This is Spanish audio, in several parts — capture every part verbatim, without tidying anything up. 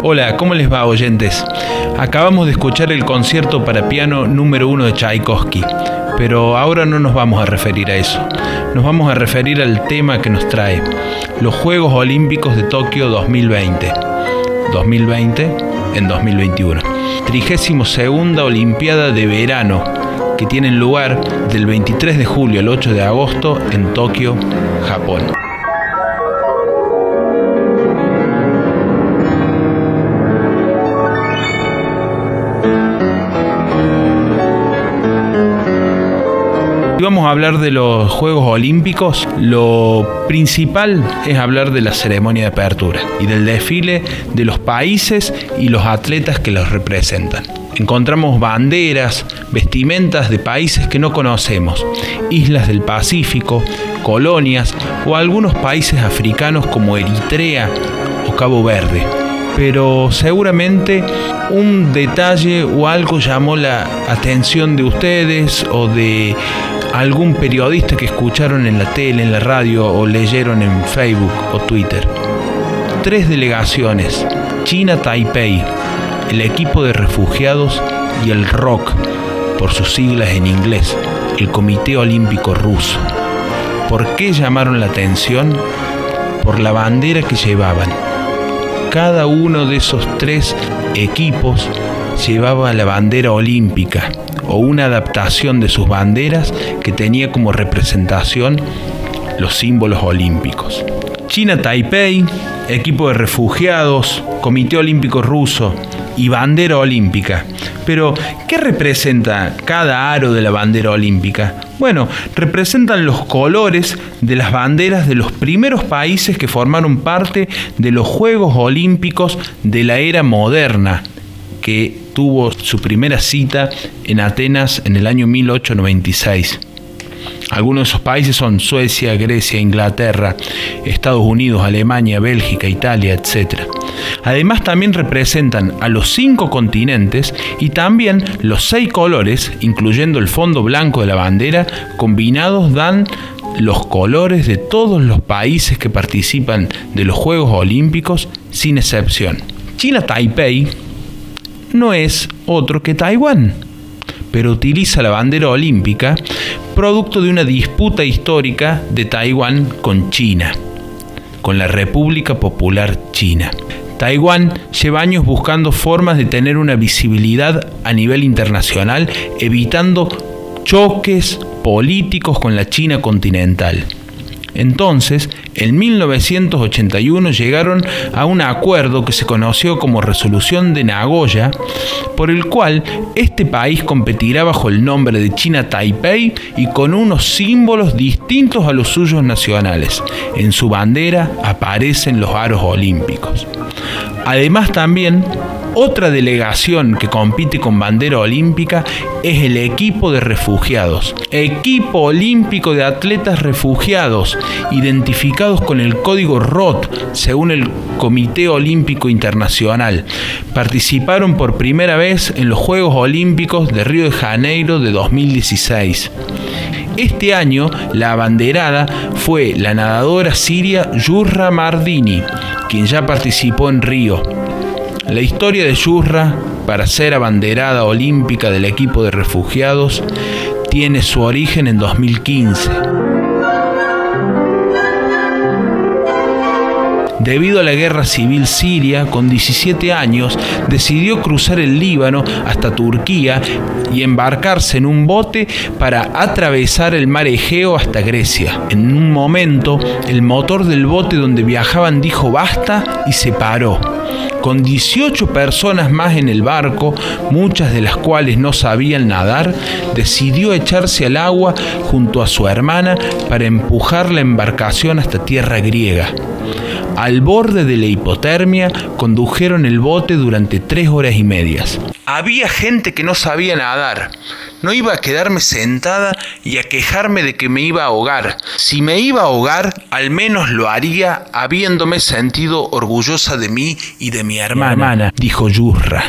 Hola, ¿cómo les va, oyentes? Acabamos de escuchar el concierto para piano número uno de Tchaikovsky, pero ahora no nos vamos a referir a eso. Nos vamos a referir al tema que nos trae, los Juegos Olímpicos de Tokio dos mil veinte. dos mil veinte en dos mil veintiuno. trigésima segunda Olimpiada de Verano, que tienen lugar del veintitrés de julio al ocho de agosto en Tokio, Japón. Si vamos a hablar de los Juegos Olímpicos, lo principal es hablar de la ceremonia de apertura y del desfile de los países y los atletas que los representan. Encontramos banderas, vestimentas de países que no conocemos, islas del Pacífico, colonias o algunos países africanos como Eritrea o Cabo Verde. Pero seguramente un detalle o algo llamó la atención de ustedes o de algún periodista que escucharon en la tele, en la radio o leyeron en Facebook o Twitter. Tres delegaciones: China Taipei, el equipo de refugiados y el R O C, por sus siglas en inglés, el Comité Olímpico Ruso. ¿Por qué llamaron la atención? Por la bandera que llevaban. Cada uno de esos tres equipos llevaba la bandera olímpica o una adaptación de sus banderas que tenía como representación los símbolos olímpicos. China Taipei, equipo de refugiados, Comité Olímpico Ruso y bandera olímpica. Pero, ¿qué representa cada aro de la bandera olímpica? Bueno, representan los colores de las banderas de los primeros países que formaron parte de los Juegos Olímpicos de la era moderna, que tuvo su primera cita en Atenas en el año mil ochocientos noventa y seis. Algunos de esos países son Suecia, Grecia, Inglaterra, Estados Unidos, Alemania, Bélgica, Italia, etcétera. Además, también representan a los cinco continentes y también los seis colores, incluyendo el fondo blanco de la bandera, combinados dan los colores de todos los países que participan de los Juegos Olímpicos, sin excepción. China Taipei no es otro que Taiwán, pero utiliza la bandera olímpica producto de una disputa histórica de Taiwán con China, con la República Popular China. Taiwán lleva años buscando formas de tener una visibilidad a nivel internacional, evitando choques políticos con la China continental. Entonces, en mil novecientos ochenta y uno llegaron a un acuerdo que se conoció como Resolución de Nagoya, por el cual este país competirá bajo el nombre de China Taipei y con unos símbolos distintos a los suyos nacionales. En su bandera aparecen los aros olímpicos. Además, también otra delegación que compite con bandera olímpica es el equipo de refugiados. Equipo olímpico de atletas refugiados, identificados con el código R O T, según el Comité Olímpico Internacional. Participaron por primera vez en los Juegos Olímpicos de Río de Janeiro de dos mil dieciséis. Este año, la abanderada fue la nadadora siria Yusra Mardini, quien ya participó en Río. La historia de Yusra, para ser abanderada olímpica del equipo de refugiados, tiene su origen en dos mil quince. Debido a la guerra civil siria, con diecisiete años, decidió cruzar el Líbano hasta Turquía y embarcarse en un bote para atravesar el mar Egeo hasta Grecia. En un momento, el motor del bote donde viajaban dijo basta y se paró. Con dieciocho personas más en el barco, muchas de las cuales no sabían nadar, decidió echarse al agua junto a su hermana para empujar la embarcación hasta tierra griega. Al borde de la hipotermia, condujeron el bote durante tres horas y medias. Había gente que no sabía nadar. No iba a quedarme sentada y a quejarme de que me iba a ahogar. Si me iba a ahogar, al menos lo haría habiéndome sentido orgullosa de mí y de mi hermana, mi hermana dijo Yusra.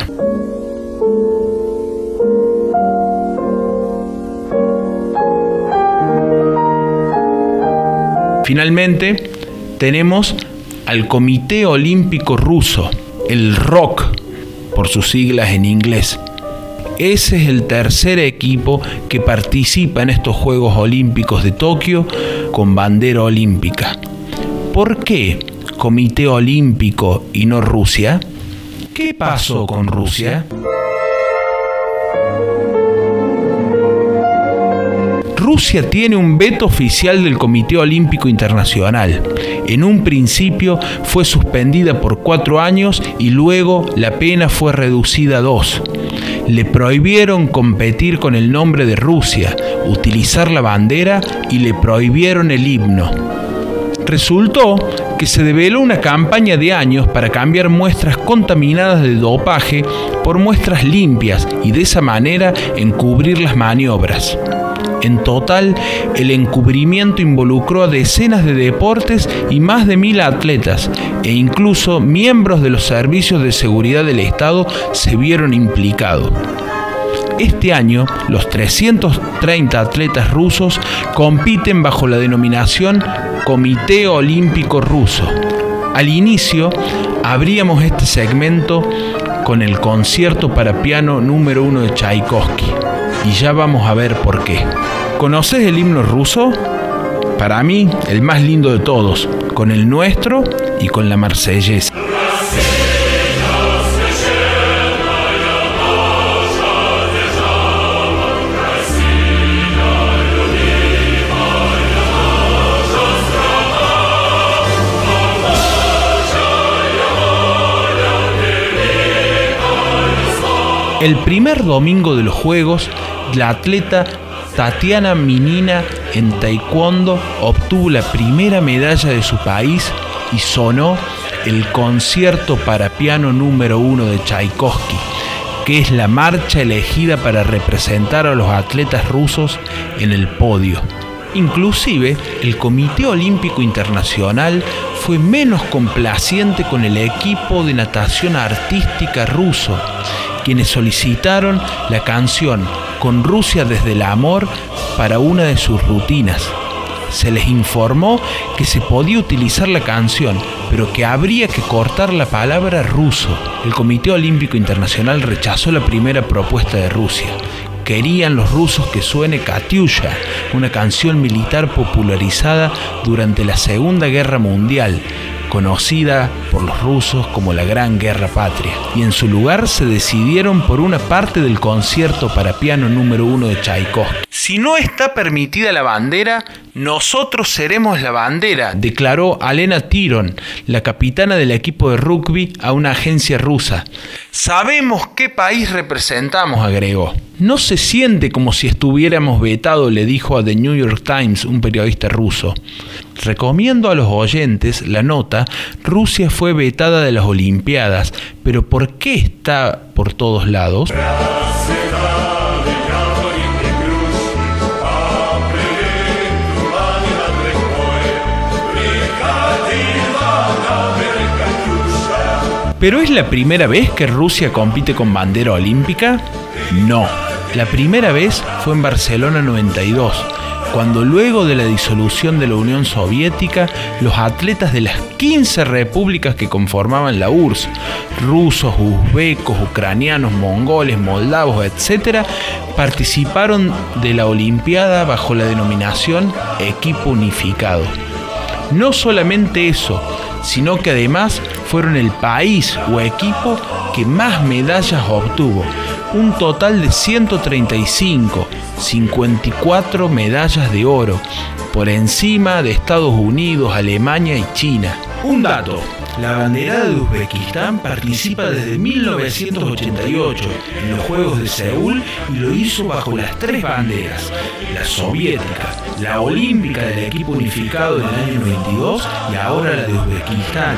Finalmente, tenemos al Comité Olímpico Ruso, el R O C, por sus siglas en inglés. Ese es el tercer equipo que participa en estos Juegos Olímpicos de Tokio con bandera olímpica. ¿Por qué Comité Olímpico y no Rusia? ¿Qué pasó con Rusia? Rusia tiene un veto oficial del Comité Olímpico Internacional. En un principio fue suspendida por cuatro años y luego la pena fue reducida a dos. Le prohibieron competir con el nombre de Rusia, utilizar la bandera y le prohibieron el himno. Resultó que se develó una campaña de años para cambiar muestras contaminadas de dopaje por muestras limpias y de esa manera encubrir las maniobras. En total, el encubrimiento involucró a decenas de deportes y más de mil atletas, e incluso miembros de los servicios de seguridad del Estado se vieron implicados. Este año, los trescientos treinta atletas rusos compiten bajo la denominación Comité Olímpico Ruso. Al inicio, abríamos este segmento con el concierto para piano número uno de Tchaikovsky. Y ya vamos a ver por qué. ¿Conoces el himno ruso? Para mí, el más lindo de todos, con el nuestro y con la marsellesa. El primer domingo de los Juegos, la atleta Tatiana Minina en taekwondo obtuvo la primera medalla de su país y sonó el concierto para piano número uno de Tchaikovsky, que es la marcha elegida para representar a los atletas rusos en el podio. Inclusive, el Comité Olímpico Internacional fue menos complaciente con el equipo de natación artística ruso, quienes solicitaron la canción Con Rusia desde el amor para una de sus rutinas. Se les informó que se podía utilizar la canción, pero que habría que cortar la palabra ruso. El Comité Olímpico Internacional rechazó la primera propuesta de Rusia. Querían los rusos que suene Katyusha, una canción militar popularizada durante la Segunda Guerra Mundial, conocida por los rusos como la Gran Guerra Patria, y en su lugar se decidieron por una parte del concierto para piano número uno de Tchaikovsky. Si no está permitida la bandera, nosotros seremos la bandera, declaró Alena Tiron, la capitana del equipo de rugby, a una agencia rusa. Sabemos qué país representamos, agregó. No se siente como si estuviéramos vetados, le dijo a The New York Times un periodista ruso. Recomiendo a los oyentes la nota: Rusia fue vetada de las Olimpiadas, pero ¿por qué está por todos lados? ¿Pero es la primera vez que Rusia compite con bandera olímpica? No. La primera vez fue en Barcelona noventa y dos, cuando luego de la disolución de la Unión Soviética, los atletas de las quince repúblicas que conformaban la U R S S, rusos, uzbecos, ucranianos, mongoles, moldavos, etcétera, participaron de la Olimpiada bajo la denominación Equipo Unificado. No solamente eso, sino que además fueron el país o equipo que más medallas obtuvo, un total de ciento treinta y cinco, cincuenta y cuatro medallas de oro, por encima de Estados Unidos, Alemania y China. Un dato: la banderada de Uzbekistán participa desde mil novecientos ochenta y ocho en los Juegos de Seúl y lo hizo bajo las tres banderas: la soviética, la olímpica del equipo unificado en el año noventa y dos y ahora la de Uzbekistán.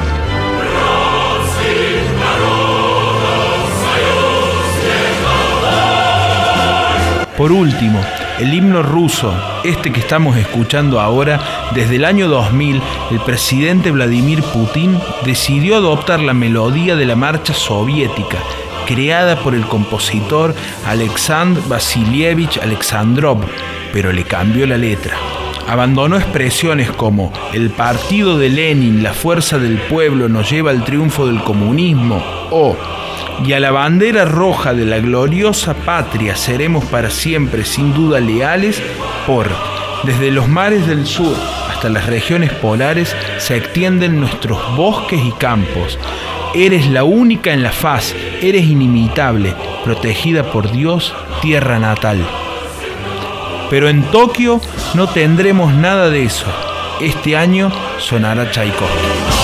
Por último, el himno ruso, este que estamos escuchando ahora, desde el año dos mil, el presidente Vladimir Putin decidió adoptar la melodía de la marcha soviética, creada por el compositor Alexandr Vasilievich Alexandrov, pero le cambió la letra. Abandonó expresiones como el partido de Lenin, la fuerza del pueblo nos lleva al triunfo del comunismo, o y a la bandera roja de la gloriosa patria seremos para siempre sin duda leales, por desde los mares del sur hasta las regiones polares se extienden nuestros bosques y campos. Eres la única en la faz, eres inimitable, protegida por Dios, tierra natal. Pero en Tokio no tendremos nada de eso. Este año sonará Tchaikovsky.